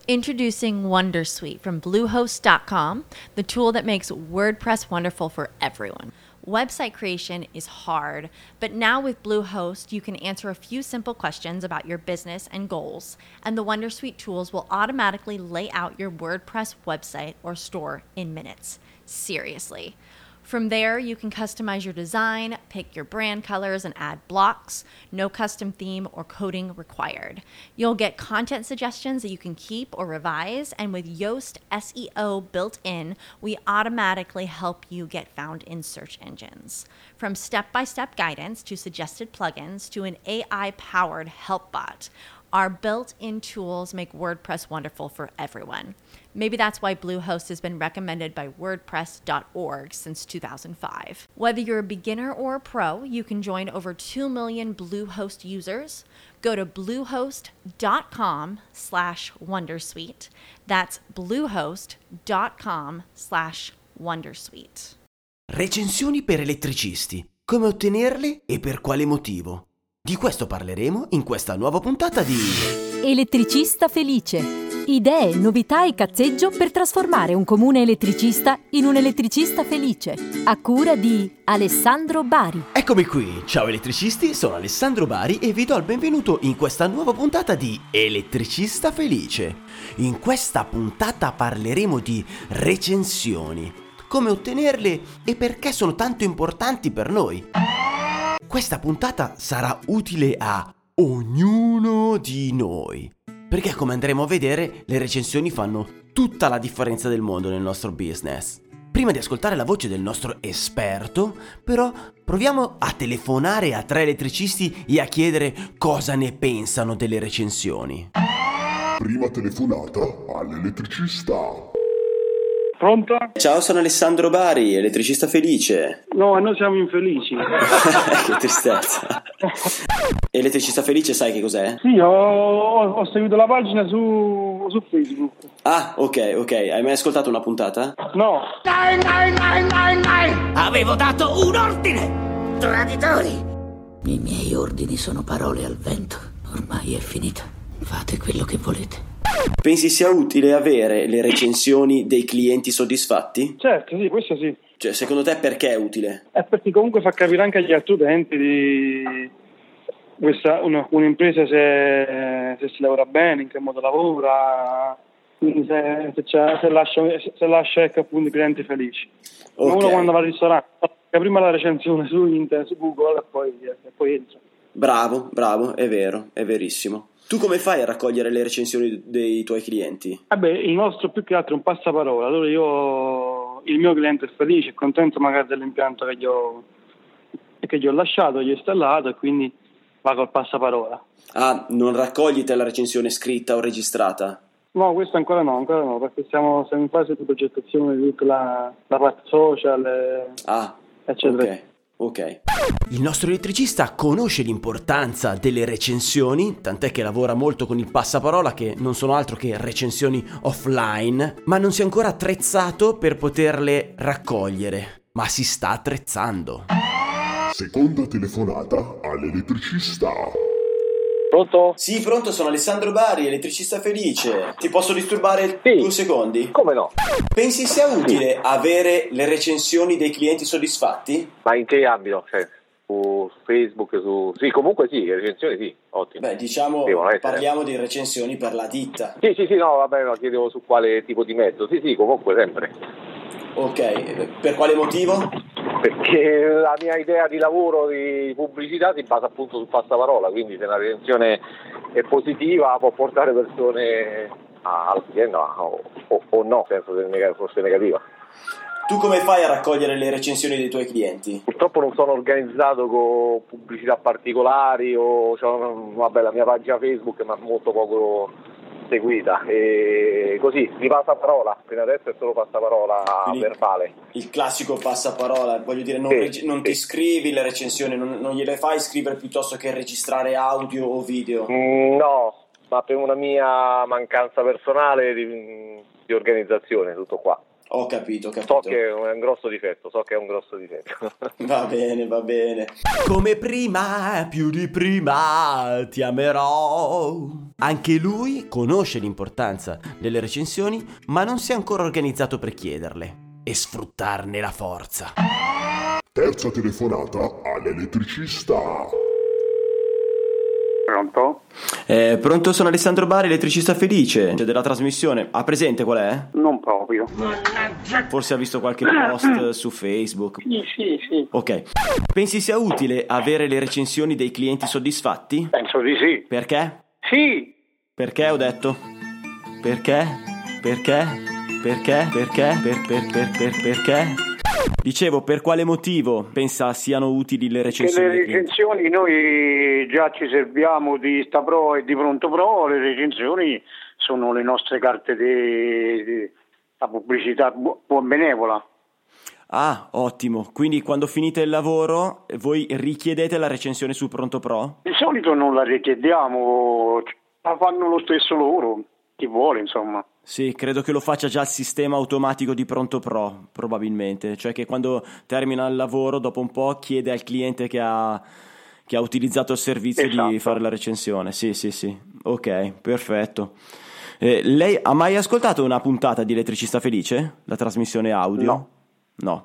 Introducing Wondersuite from Bluehost.com, the tool that makes WordPress wonderful for everyone. Website creation is hard, but now with Bluehost, you can answer a few simple questions about your business and goals, and the Wondersuite tools will automatically lay out your WordPress website or store in minutes. Seriously. From there, you can customize your design, pick your brand colors, and add blocks. No custom theme or coding required. You'll get content suggestions that you can keep or revise, and with Yoast SEO built in, we automatically help you get found in search engines. From step-by-step guidance to suggested plugins to an AI-powered help bot, our built-in tools make WordPress wonderful for everyone. Maybe that's why Bluehost has been recommended by WordPress.org since 2005. Whether you're a beginner or a pro, you can join over 2 million Bluehost users. Go to bluehost.com/wondersuite. That's bluehost.com/wondersuite. Recensioni per elettricisti. Come ottenerle e per quale motivo? Di questo parleremo in questa nuova puntata di Elettricista felice. Idee, novità e cazzeggio per trasformare un comune elettricista in un elettricista felice. A cura di Alessandro Bari. Eccomi qui, ciao elettricisti, sono Alessandro Bari e vi do il benvenuto in questa nuova puntata di Elettricista felice. In questa puntata parleremo di recensioni, come ottenerle e perché sono tanto importanti per noi. Questa puntata sarà utile a ognuno di noi, perché come andremo a vedere, le recensioni fanno tutta la differenza del mondo nel nostro business. Prima di ascoltare la voce del nostro esperto, però, proviamo a telefonare a 3 elettricisti e a chiedere cosa ne pensano delle recensioni. Prima telefonata all'elettricista. Pronto? Ciao, sono Alessandro Bari, elettricista felice. No, noi siamo infelici. Che tristezza. Elettricista felice, sai che cos'è? Sì, ho seguito la pagina su Facebook. Ah, ok. Hai mai ascoltato una puntata? No. Avevo dato un ordine! Traditori! I miei ordini sono parole al vento. Ormai è finita. Fate quello che volete. Pensi sia utile avere le recensioni dei clienti soddisfatti? Certo, sì, questo sì. Cioè, secondo te perché è utile? È perché comunque fa capire anche agli altri utenti di un'impresa se si lavora bene, in che modo lavora, quindi se lascia ecco, appunto i clienti felici. Okay. Uno quando va al ristorante prima la recensione su internet, su Google e poi entra. Bravo, è vero, è verissimo. Tu come fai a raccogliere le recensioni dei tuoi clienti? Il nostro più che altro è un passaparola. Allora il mio cliente è felice, è contento magari dell'impianto che gli ho lasciato, gli ho installato e quindi va col passaparola. Ah, non raccogli te la recensione scritta o registrata? No, questo ancora no, perché siamo in fase di progettazione di tutta la parte social, eccetera. Ok. Il nostro elettricista conosce l'importanza delle recensioni, tant'è che lavora molto con il passaparola, che non sono altro che recensioni offline, ma non si è ancora attrezzato per poterle raccogliere, ma si sta attrezzando. Seconda telefonata all'elettricista. Pronto? Sì, pronto, sono Alessandro Bari, elettricista felice. Ti posso disturbare 2 secondi? Come no? Pensi sia utile avere le recensioni dei clienti soddisfatti? Ma in che ambito? Cioè, su Facebook, Sì, comunque sì, le recensioni sì, ottimo. Beh, diciamo, parliamo di recensioni per la ditta. Sì, no, vabbè, no, chiedevo su quale tipo di mezzo. Sì, comunque sempre. Ok, per quale motivo? Perché la mia idea di lavoro, di pubblicità, si basa appunto sul passaparola, quindi se una recensione è positiva può portare persone all'azienda o no, senza forse negativa. Tu come fai a raccogliere le recensioni dei tuoi clienti? Purtroppo non sono organizzato con pubblicità particolari la mia pagina Facebook ma molto poco seguita e così di passaparola, fino adesso è solo passaparola. Quindi, verbale. Il classico passaparola, voglio dire, non ti scrivi le recensioni, non gliele fai scrivere piuttosto che registrare audio o video? No, ma per una mia mancanza personale di organizzazione, tutto qua. Ho capito. So che è un grosso difetto, Va bene. Come prima, più di prima, ti amerò. Anche lui conosce l'importanza delle recensioni, ma non si è ancora organizzato per chiederle e sfruttarne la forza. Terza telefonata all'elettricista. Pronto? Pronto, sono Alessandro Bari, elettricista felice della trasmissione. Ha presente qual è? Non proprio. Forse ha visto qualche post su Facebook. Sì. Ok. Pensi sia utile avere le recensioni dei clienti soddisfatti? Penso di sì. Perché? Sì. Perché ho detto? Perché? Dicevo, per quale motivo pensa siano utili le Che recensioni? le dei clienti? recensioni noi già ci serviamo di Stapro e di Pronto Pro, le recensioni sono le nostre carte di la pubblicità buon benevola. Ah, ottimo. Quindi quando finite il lavoro voi richiedete la recensione su Pronto Pro? Di solito non la richiediamo, la fanno lo stesso loro, chi vuole insomma. Sì, credo che lo faccia già il sistema automatico di Pronto Pro, probabilmente. Cioè che quando termina il lavoro, dopo un po' chiede al cliente che ha utilizzato il servizio di Esatto. fare la recensione. Sì. Ok, perfetto. Lei ha mai ascoltato una puntata di Elettricista Felice? La trasmissione audio? No.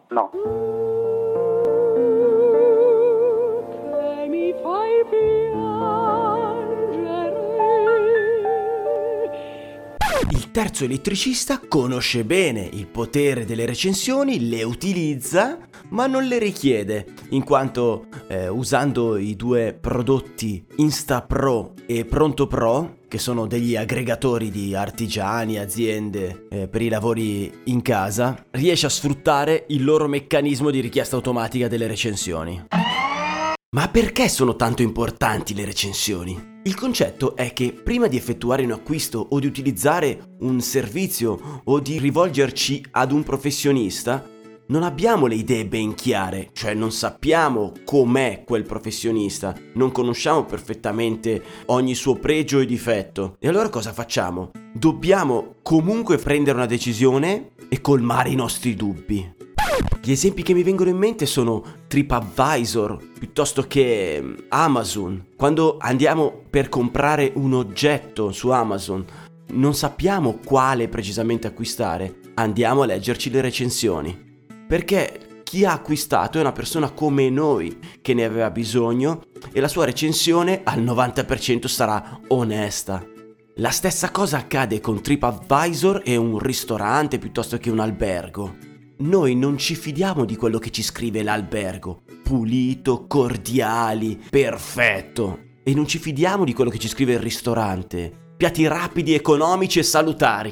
Il terzo elettricista conosce bene il potere delle recensioni, le utilizza, ma non le richiede, in quanto usando i due prodotti InstaPro e Pronto Pro, che sono degli aggregatori di artigiani, aziende per i lavori in casa, riesce a sfruttare il loro meccanismo di richiesta automatica delle recensioni. Ma perché sono tanto importanti le recensioni? Il concetto è che prima di effettuare un acquisto o di utilizzare un servizio o di rivolgerci ad un professionista, non abbiamo le idee ben chiare, cioè non sappiamo com'è quel professionista, non conosciamo perfettamente ogni suo pregio e difetto. E allora cosa facciamo? Dobbiamo comunque prendere una decisione e colmare i nostri dubbi. Gli esempi che mi vengono in mente sono TripAdvisor piuttosto che Amazon. Quando andiamo per comprare un oggetto su Amazon, non sappiamo quale precisamente acquistare, andiamo a leggerci le recensioni. Perché chi ha acquistato è una persona come noi che ne aveva bisogno e la sua recensione al 90% sarà onesta. La stessa cosa accade con TripAdvisor e un ristorante piuttosto che un albergo. Noi non ci fidiamo di quello che ci scrive l'albergo, pulito, cordiali, perfetto. E non ci fidiamo di quello che ci scrive il ristorante, piatti rapidi, economici e salutari.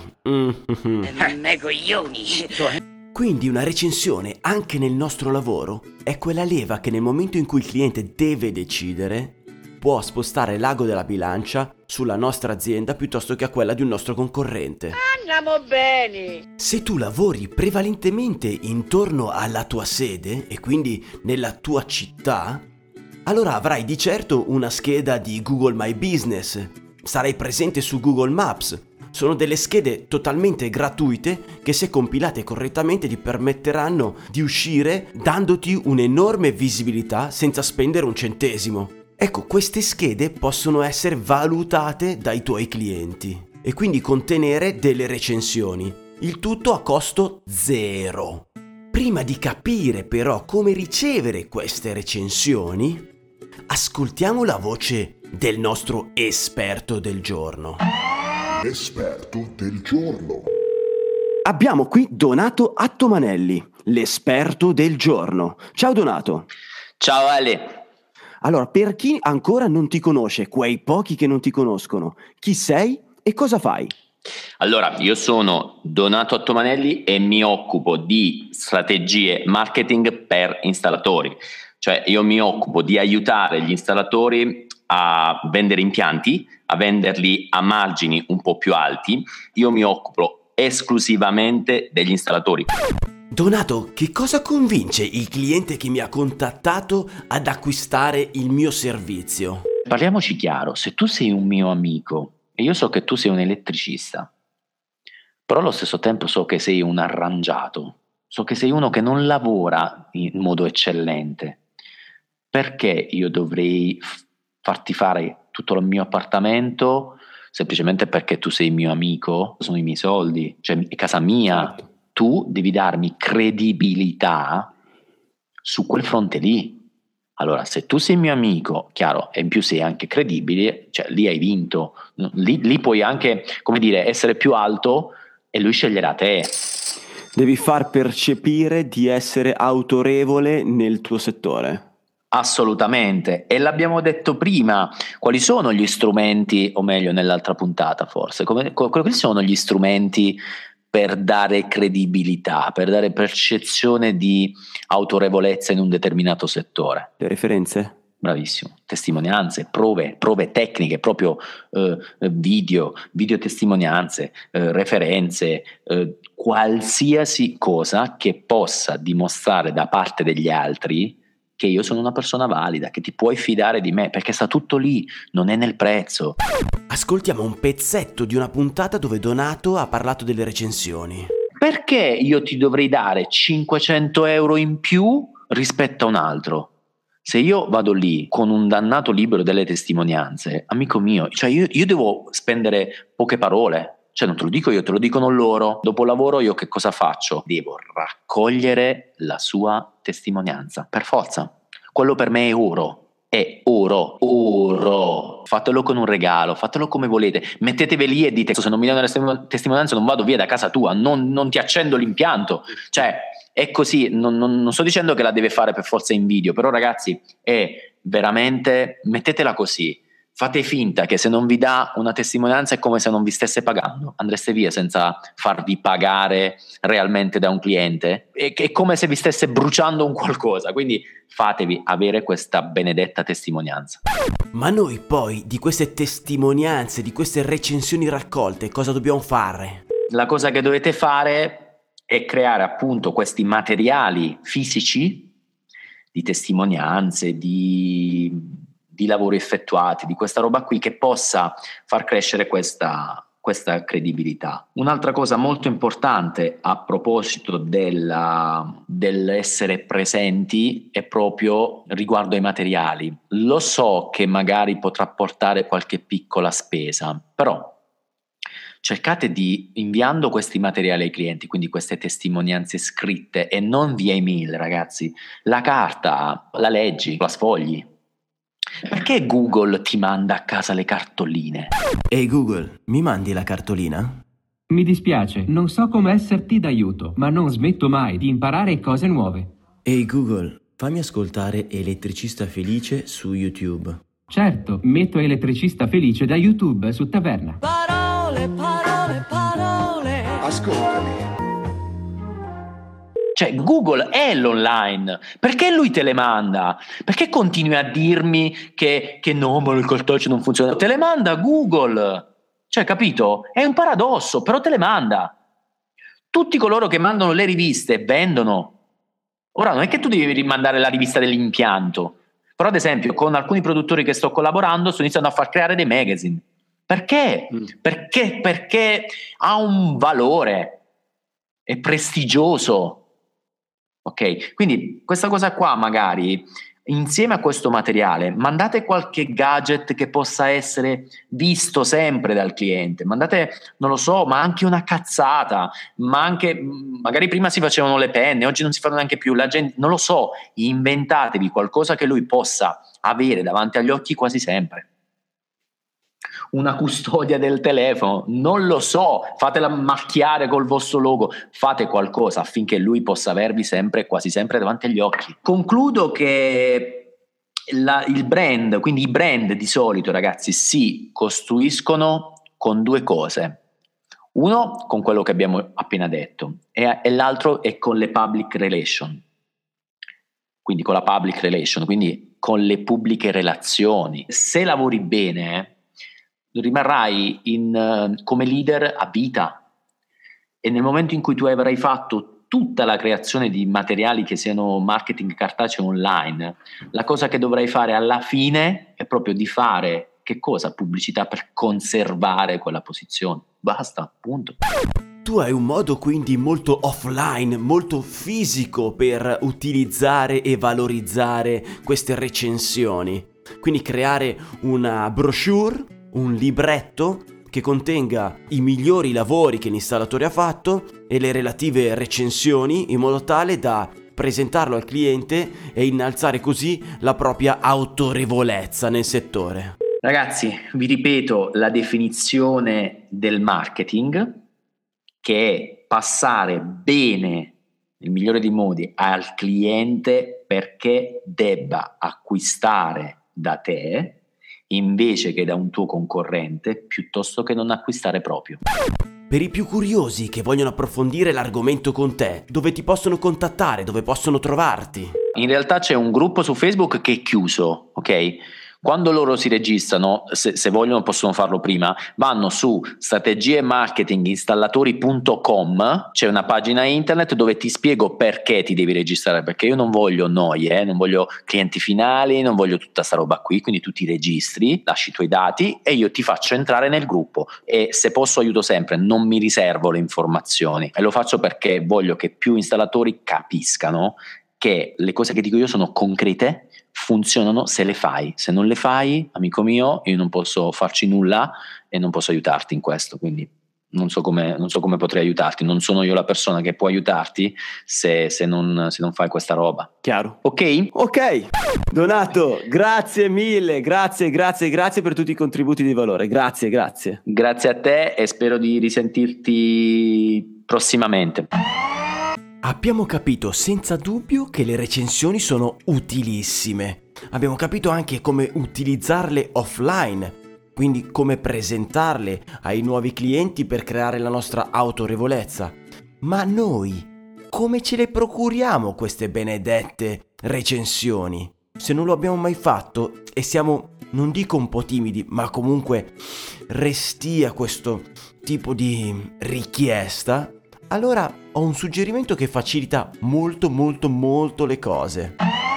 Me coglioni. Quindi una recensione anche nel nostro lavoro è quella leva che nel momento in cui il cliente deve decidere può spostare l'ago della bilancia sulla nostra azienda piuttosto che a quella di un nostro concorrente. Andiamo bene. Se tu lavori prevalentemente intorno alla tua sede e quindi nella tua città, allora avrai di certo una scheda di Google My Business, sarai presente su Google Maps. Sono delle schede totalmente gratuite che se compilate correttamente ti permetteranno di uscire dandoti un'enorme visibilità senza spendere un centesimo. Ecco, queste schede possono essere valutate dai tuoi clienti e quindi contenere delle recensioni, il tutto a costo zero. Prima di capire però come ricevere queste recensioni, ascoltiamo la voce del nostro esperto del giorno. Esperto del giorno. Abbiamo qui Donato Attomanelli, l'esperto del giorno. Ciao Donato. Ciao Ale. Allora, per chi ancora non ti conosce, quei pochi che non ti conoscono, chi sei e cosa fai? Allora, io sono Donato Attomanelli e mi occupo di strategie marketing per installatori. Cioè, io mi occupo di aiutare gli installatori a vendere impianti, a venderli a margini un po' più alti. Io mi occupo esclusivamente degli installatori. Donato, che cosa convince il cliente che mi ha contattato ad acquistare il mio servizio? Parliamoci chiaro, se tu sei un mio amico e io so che tu sei un elettricista, però allo stesso tempo so che sei un arrangiato, so che sei uno che non lavora in modo eccellente. Perché io dovrei farti fare tutto il mio appartamento semplicemente perché tu sei mio amico? Sono i miei soldi, cioè è casa mia. Certo. Tu devi darmi credibilità su quel fronte lì. Allora, se tu sei mio amico, chiaro, e in più sei anche credibile, cioè lì hai vinto. Lì puoi anche, come dire, essere più alto e lui sceglierà te. Devi far percepire di essere autorevole nel tuo settore. Assolutamente, e l'abbiamo detto prima, quali sono gli strumenti, o meglio nell'altra puntata forse, quali sono gli strumenti per dare credibilità, per dare percezione di autorevolezza in un determinato settore? Le referenze? Bravissimo, testimonianze, prove tecniche, proprio video testimonianze, referenze, qualsiasi cosa che possa dimostrare da parte degli altri che io sono una persona valida, che ti puoi fidare di me, perché sta tutto lì, non è nel prezzo. Ascoltiamo un pezzetto di una puntata dove Donato ha parlato delle recensioni. Perché io ti dovrei dare 500 euro in più rispetto a un altro? Se io vado lì con un dannato libro delle testimonianze, amico mio, cioè io devo spendere poche parole. Cioè non te lo dico io, te lo dicono loro. Dopo lavoro io che cosa faccio? Devo raccogliere la sua testimonianza, per forza. Quello per me è oro, oro. Fatelo con un regalo, fatelo come volete. Mettetevi lì e dite: se non mi danno la testimonianza non vado via da casa tua, non ti accendo l'impianto. Cioè è così, non sto dicendo che la deve fare per forza in video, però ragazzi è veramente, mettetela così. Fate finta che se non vi dà una testimonianza è come se non vi stesse pagando, andreste via senza farvi pagare realmente da un cliente, è come se vi stesse bruciando un qualcosa, quindi fatevi avere questa benedetta testimonianza. Ma noi poi di queste testimonianze, di queste recensioni raccolte, cosa dobbiamo fare? La cosa che dovete fare è creare appunto questi materiali fisici di testimonianze, di lavori effettuati, di questa roba qui che possa far crescere questa credibilità. Un'altra cosa molto importante a proposito dell'essere presenti è proprio riguardo ai materiali. Lo so che magari potrà portare qualche piccola spesa, però cercate di, inviando questi materiali ai clienti, quindi queste testimonianze scritte e non via email, ragazzi, la carta la leggi, la sfogli. Perché Google ti manda a casa le cartoline? Ehi Google, mi mandi la cartolina? Mi dispiace, non so come esserti d'aiuto, ma non smetto mai di imparare cose nuove. Ehi Google, fammi ascoltare Elettricista Felice su YouTube. Certo, metto Elettricista Felice da YouTube su Taverna. Parole. Ascoltami. Cioè Google è l'online, perché lui te le manda? Perché continui a dirmi che no, ma il cartaceo non funziona? Te le manda Google, cioè capito? È un paradosso, però te le manda. Tutti coloro che mandano le riviste vendono. Ora non è che tu devi rimandare la rivista dell'impianto, però ad esempio con alcuni produttori che sto collaborando sto iniziando a far creare dei magazine. Perché? Perché ha un valore, è prestigioso. Ok, quindi questa cosa qua magari insieme a questo materiale mandate qualche gadget che possa essere visto sempre dal cliente, mandate, non lo so, ma anche una cazzata, ma anche magari prima si facevano le penne, oggi non si fanno neanche più, la gente, non lo so, inventatevi qualcosa che lui possa avere davanti agli occhi quasi sempre. Una custodia del telefono, non lo so, fatela macchiare col vostro logo, fate qualcosa affinché lui possa avervi sempre, quasi sempre davanti agli occhi. Concludo che il brand, quindi i brand di solito, ragazzi, si costruiscono con due cose. Uno con quello che abbiamo appena detto e l'altro è con le public relation. Quindi con la public relation, quindi con le pubbliche relazioni. Se lavori bene, rimarrai come leader a vita, e nel momento in cui tu avrai fatto tutta la creazione di materiali che siano marketing cartaceo online, la cosa che dovrai fare alla fine è proprio di fare che cosa? Pubblicità per conservare quella posizione. Basta, punto. Tu hai un modo quindi molto offline, molto fisico per utilizzare e valorizzare queste recensioni. Quindi creare una brochure, un libretto che contenga i migliori lavori che l'installatore ha fatto e le relative recensioni, in modo tale da presentarlo al cliente e innalzare così la propria autorevolezza nel settore. Ragazzi, vi ripeto la definizione del marketing, che è passare bene, nel migliore dei modi, al cliente perché debba acquistare da te invece che da un tuo concorrente, piuttosto che non acquistare proprio. Per i più curiosi che vogliono approfondire l'argomento con te, dove ti possono contattare, dove possono trovarti? In realtà c'è un gruppo su Facebook che è chiuso, ok? Quando loro si registrano, se vogliono possono farlo prima, vanno su strategiemarketinginstallatori.com, c'è una pagina internet dove ti spiego perché ti devi registrare, perché io non voglio noie, non voglio clienti finali, non voglio tutta sta roba qui, quindi tu ti registri, lasci i tuoi dati e io ti faccio entrare nel gruppo e se posso aiuto sempre, non mi riservo le informazioni e lo faccio perché voglio che più installatori capiscano che le cose che dico io sono concrete, funzionano se le fai. Se non le fai, amico mio, io non posso farci nulla e non posso aiutarti in questo, quindi non so come potrei aiutarti. Non sono io la persona che può aiutarti se non fai questa roba. Chiaro. Ok? Ok. Donato, grazie mille, grazie per tutti i contributi di valore. Grazie. Grazie a te e spero di risentirti prossimamente. Abbiamo capito senza dubbio che le recensioni sono utilissime. Abbiamo capito anche come utilizzarle offline, quindi come presentarle ai nuovi clienti per creare la nostra autorevolezza. Ma noi come ce le procuriamo queste benedette recensioni? Se non lo abbiamo mai fatto e siamo, non dico un po' timidi, ma comunque restii a questo tipo di richiesta, allora ho un suggerimento che facilita molto le cose.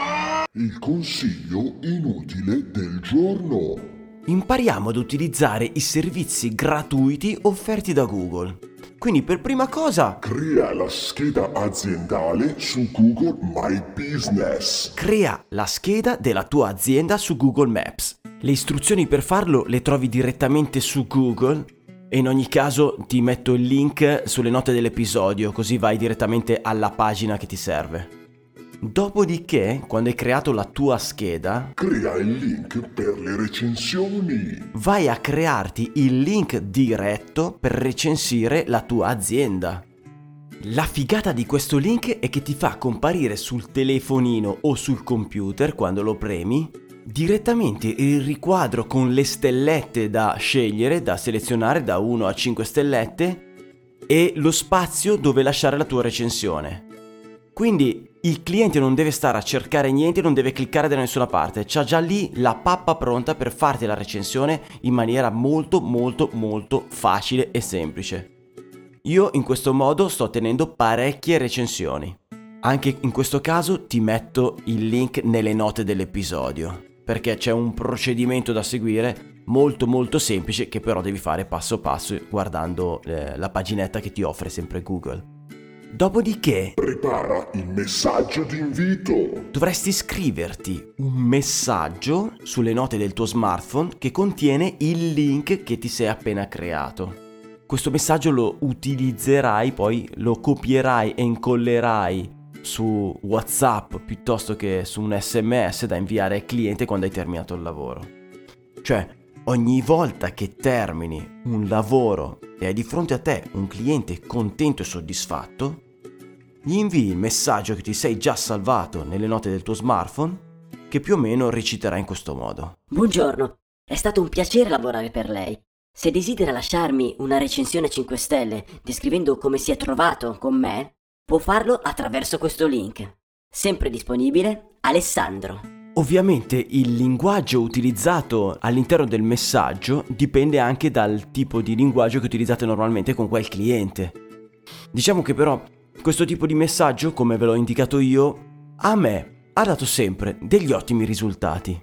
Il consiglio inutile del giorno. Impariamo ad utilizzare i servizi gratuiti offerti da Google. Quindi per prima cosa, crea la scheda aziendale su Google My Business. Crea la scheda della tua azienda su Google Maps. Le istruzioni per farlo le trovi direttamente su Google. E in ogni caso ti metto il link sulle note dell'episodio, così vai direttamente alla pagina che ti serve. Dopodiché, quando hai creato la tua scheda, crea il link per le recensioni. Vai a crearti il link diretto per recensire la tua azienda. La figata di questo link è che ti fa comparire sul telefonino o sul computer, quando lo premi, direttamente il riquadro con le stellette da scegliere, da selezionare da 1 a 5 stellette e lo spazio dove lasciare la tua recensione. Quindi il cliente non deve stare a cercare niente, non deve cliccare da nessuna parte, c'ha già lì la pappa pronta per farti la recensione in maniera molto facile e semplice. Io in questo modo sto ottenendo parecchie recensioni. Anche in questo caso ti metto il link nelle note dell'episodio, perché c'è un procedimento da seguire molto semplice che però devi fare passo passo guardando la paginetta che ti offre sempre Google. Dopodiché prepara il messaggio d'invito. Dovresti scriverti un messaggio sulle note del tuo smartphone che contiene il link che ti sei appena creato. Questo messaggio lo utilizzerai, poi lo copierai e incollerai su WhatsApp piuttosto che su un SMS da inviare al cliente quando hai terminato il lavoro. Cioè, ogni volta che termini un lavoro e hai di fronte a te un cliente contento e soddisfatto, gli invii il messaggio che ti sei già salvato nelle note del tuo smartphone, che più o meno reciterà in questo modo. Buongiorno, è stato un piacere lavorare per lei. Se desidera lasciarmi una recensione 5 stelle descrivendo come si è trovato con me, può farlo attraverso questo link. Sempre disponibile, Alessandro. Ovviamente il linguaggio utilizzato all'interno del messaggio dipende anche dal tipo di linguaggio che utilizzate normalmente con quel cliente. Diciamo che però questo tipo di messaggio, come ve l'ho indicato io, a me ha dato sempre degli ottimi risultati.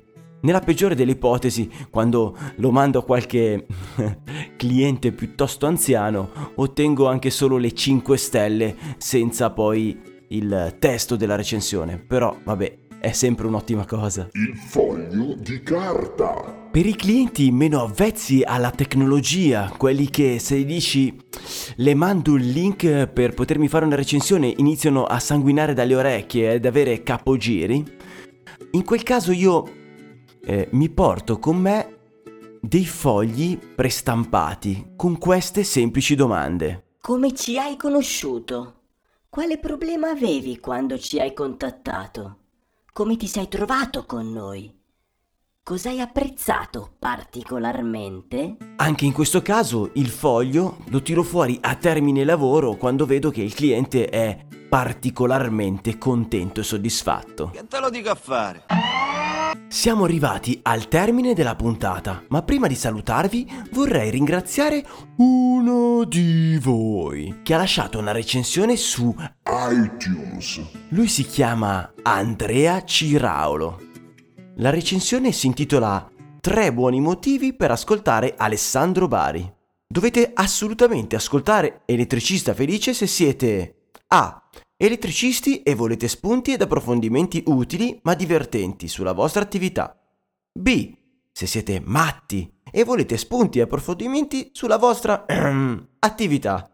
Nella peggiore delle ipotesi, quando lo mando a qualche cliente piuttosto anziano, ottengo anche solo le 5 stelle senza poi il testo della recensione. Però vabbè, è sempre un'ottima cosa. Il foglio di carta. Per i clienti meno avvezzi alla tecnologia, quelli che se gli dici le mando il link per potermi fare una recensione iniziano a sanguinare dalle orecchie ed avere capogiri, in quel caso io mi porto con me dei fogli prestampati con queste semplici domande. Come ci hai conosciuto? Quale problema avevi quando ci hai contattato? Come ti sei trovato con noi? Cosa hai apprezzato particolarmente? Anche in questo caso il foglio lo tiro fuori a termine lavoro quando vedo che il cliente è particolarmente contento e soddisfatto. Che te lo dico a fare? Siamo arrivati al termine della puntata, ma prima di salutarvi vorrei ringraziare uno di voi che ha lasciato una recensione su iTunes. Lui si chiama Andrea Ciraulo. La recensione si intitola 3 buoni motivi per ascoltare Alessandro Bari. Dovete assolutamente ascoltare Elettricista Felice se siete A. Elettricisti e volete spunti ed approfondimenti utili ma divertenti sulla vostra attività. B. Se siete matti e volete spunti e approfondimenti sulla vostra attività.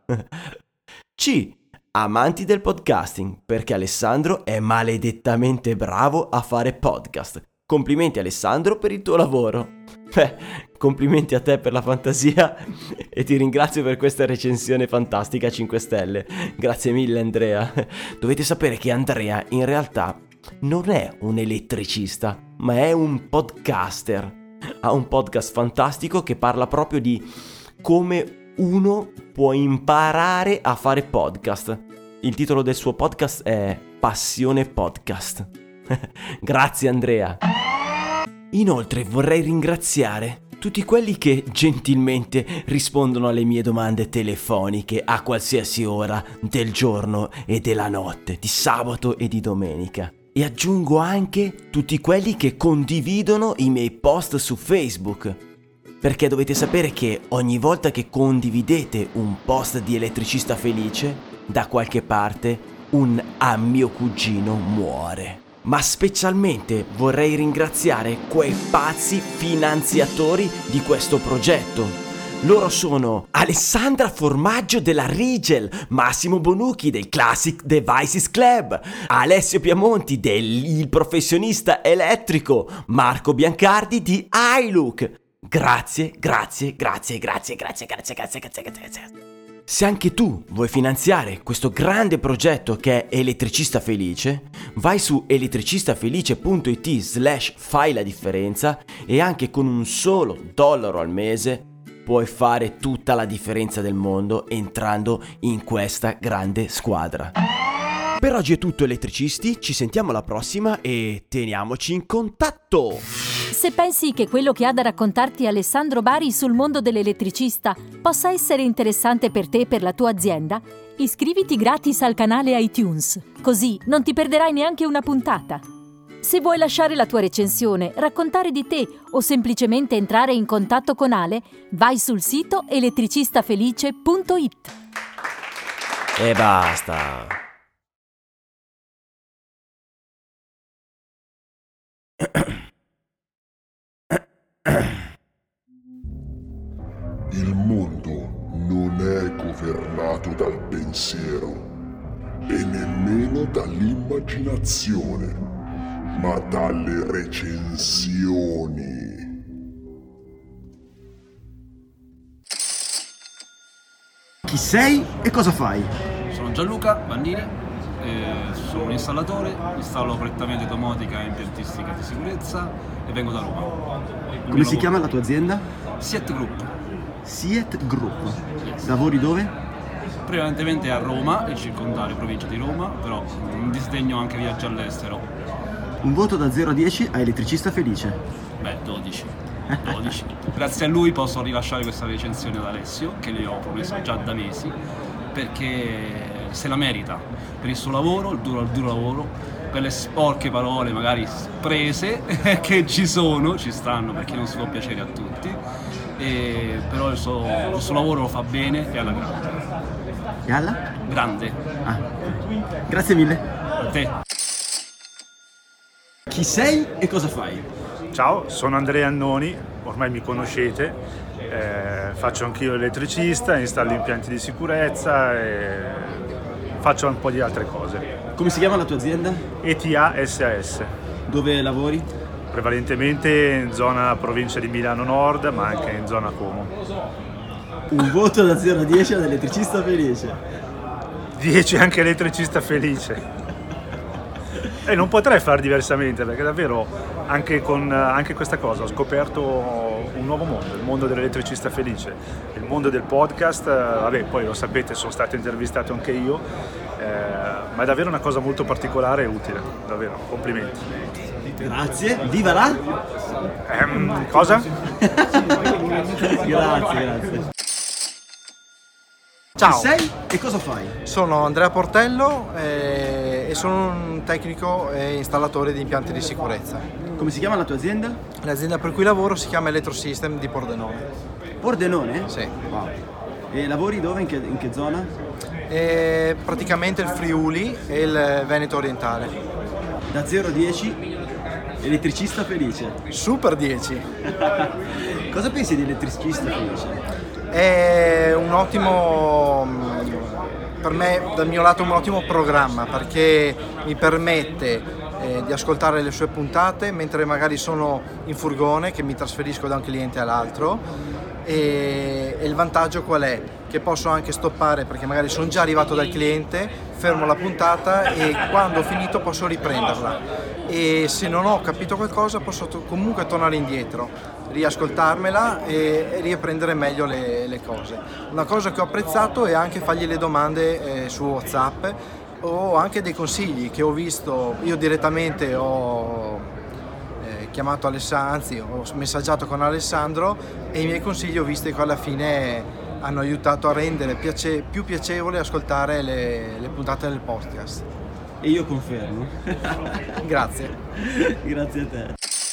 C. Amanti del podcasting, perché Alessandro è maledettamente bravo a fare podcast. Complimenti Alessandro per il tuo lavoro. Complimenti a te per la fantasia e ti ringrazio per questa recensione fantastica 5 stelle. Grazie mille Andrea. Dovete sapere che Andrea in realtà non è un elettricista, ma è un podcaster. Ha un podcast fantastico che parla proprio di come uno può imparare a fare podcast. Il titolo del suo podcast è Passione Podcast. Grazie Andrea. Inoltre vorrei ringraziare tutti quelli che gentilmente rispondono alle mie domande telefoniche a qualsiasi ora del giorno e della notte, di sabato e di domenica. E aggiungo anche tutti quelli che condividono i miei post su Facebook, perché dovete sapere che ogni volta che condividete un post di Elettricista Felice, da qualche parte un a mio cugino muore. Ma specialmente vorrei ringraziare quei pazzi finanziatori di questo progetto. Loro sono Alessandra Formaggio della Rigel, Massimo Bonucchi del Classic Devices Club, Alessio Piamonti del Il Professionista Elettrico, Marco Biancardi di iLook. Grazie. Se anche tu vuoi finanziare questo grande progetto che è Elettricista Felice, vai su elettricistafelice.it/fai la differenza e anche con un solo dollaro al mese puoi fare tutta la differenza del mondo entrando in questa grande squadra. Per oggi è tutto elettricisti, ci sentiamo alla prossima e teniamoci in contatto! Se pensi che quello che ha da raccontarti Alessandro Bari sul mondo dell'elettricista possa essere interessante per te e per la tua azienda, iscriviti gratis al canale iTunes, così non ti perderai neanche una puntata. Se vuoi lasciare la tua recensione, raccontare di te o semplicemente entrare in contatto con Ale, vai sul sito elettricistafelice.it. E basta! Il mondo non è governato dal pensiero e nemmeno dall'immaginazione, ma dalle recensioni. Chi sei e cosa fai? Sono Gianluca Bandini, sono un installatore, installo prettamente domotica e impiantistica di sicurezza e vengo da Roma. Come si chiama la tua azienda? Siet Group. Siet Group. Yes. Lavori dove? Prevalentemente a Roma e circondario, provincia di Roma, però in disdegno anche viaggi all'estero. Un voto da 0 a 10 a Elettricista Felice. Beh, 12. Grazie a lui posso rilasciare questa recensione ad Alessio, che le ho promesso già da mesi, perché se la merita per il suo lavoro, il duro lavoro, quelle sporche parole magari prese che ci stanno perché non si può piacere a tutti, però il suo lavoro lo fa bene e alla grande. E alla? Grande. Grazie mille. A te. Chi sei e cosa fai? Ciao, sono Andrea Annoni, ormai mi conoscete, faccio anch'io elettricista, installo impianti di sicurezza e faccio un po' di altre cose. Come si chiama la tua azienda? ETA SAS. Dove lavori? Prevalentemente in zona provincia di Milano Nord, ma anche in zona Como. Un voto da 0 a 10 ad elettricista felice. 10 anche elettricista felice. E non potrei far diversamente, perché davvero anche con questa cosa ho scoperto un nuovo mondo, il mondo dell'elettricista felice, il mondo del podcast. Vabbè, poi lo sapete, sono stato intervistato anche io, ma è davvero una cosa molto particolare e utile, davvero, complimenti. Grazie, viva la? Cosa? Grazie. Ciao. Chi sei e cosa fai? Sono Andrea Portello e sono un tecnico e installatore di impianti di sicurezza. Come si chiama la tua azienda? L'azienda per cui lavoro si chiama Electrosystem di Pordenone. Pordenone? Sì. Wow. E lavori dove? In che zona? Praticamente il Friuli e il Veneto orientale. Da 0 a 10, elettricista felice. Super 10. Cosa pensi di elettricista felice? È un ottimo, per me dal mio lato un ottimo programma, perché mi permette di ascoltare le sue puntate mentre magari sono in furgone, che mi trasferisco da un cliente all'altro, e il vantaggio qual è? Che posso anche stoppare perché magari sono già arrivato dal cliente, fermo la puntata e quando ho finito posso riprenderla, e se non ho capito qualcosa posso comunque tornare indietro, riascoltarmela e riprendere meglio le cose. Una cosa che ho apprezzato è anche fargli le domande su WhatsApp o anche dei consigli che ho visto. Io direttamente ho chiamato Alessandro, anzi ho messaggiato con Alessandro, e i miei consigli ho visto che alla fine hanno aiutato a rendere più piacevole ascoltare le puntate del podcast. E io confermo. Grazie. Grazie a te.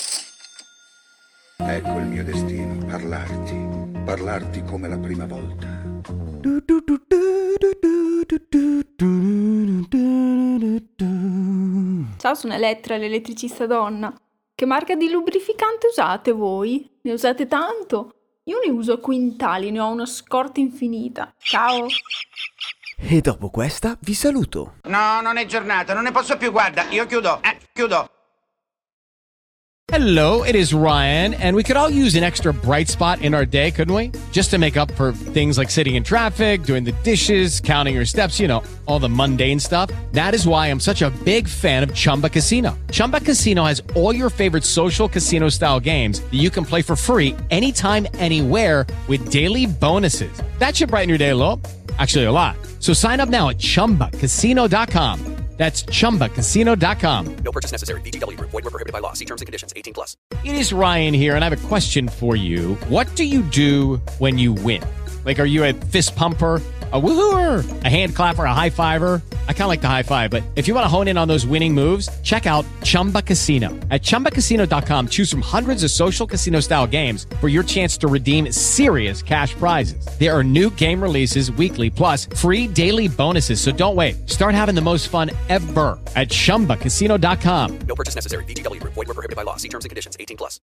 Ecco il mio destino, parlarti come la prima volta. Ciao, sono Elettra, l'elettricista donna. Che marca di lubrificante usate voi? Ne usate tanto? Io ne uso quintali, ne ho una scorta infinita. Ciao! E dopo questa vi saluto. No, non è giornata, non ne posso più, guarda, io chiudo. Hello, it is Ryan, and we could all use an extra bright spot in our day, couldn't we? Just to make up for things like sitting in traffic, doing the dishes, counting your steps, you know, all the mundane stuff. That is why I'm such a big fan of Chumba Casino. Chumba Casino has all your favorite social casino-style games that you can play for free anytime, anywhere with daily bonuses. That should brighten your day a little. Actually, a lot. So sign up now at ChumbaCasino.com. That's ChumbaCasino.com. No purchase necessary. VGW Group. Void where prohibited by law. See terms and conditions. 18+. It is Ryan here, and I have a question for you. What do you do when you win? Like, are you a fist pumper, a woohooer, a hand clapper, a high fiver? I kind of like the high five, but if you want to hone in on those winning moves, check out Chumba Casino. At ChumbaCasino.com, choose from hundreds of social casino-style games for your chance to redeem serious cash prizes. There are new game releases weekly, plus free daily bonuses, so don't wait. Start having the most fun ever at ChumbaCasino.com. No purchase necessary. VGW Group. Void where prohibited by law. See terms and conditions. 18+.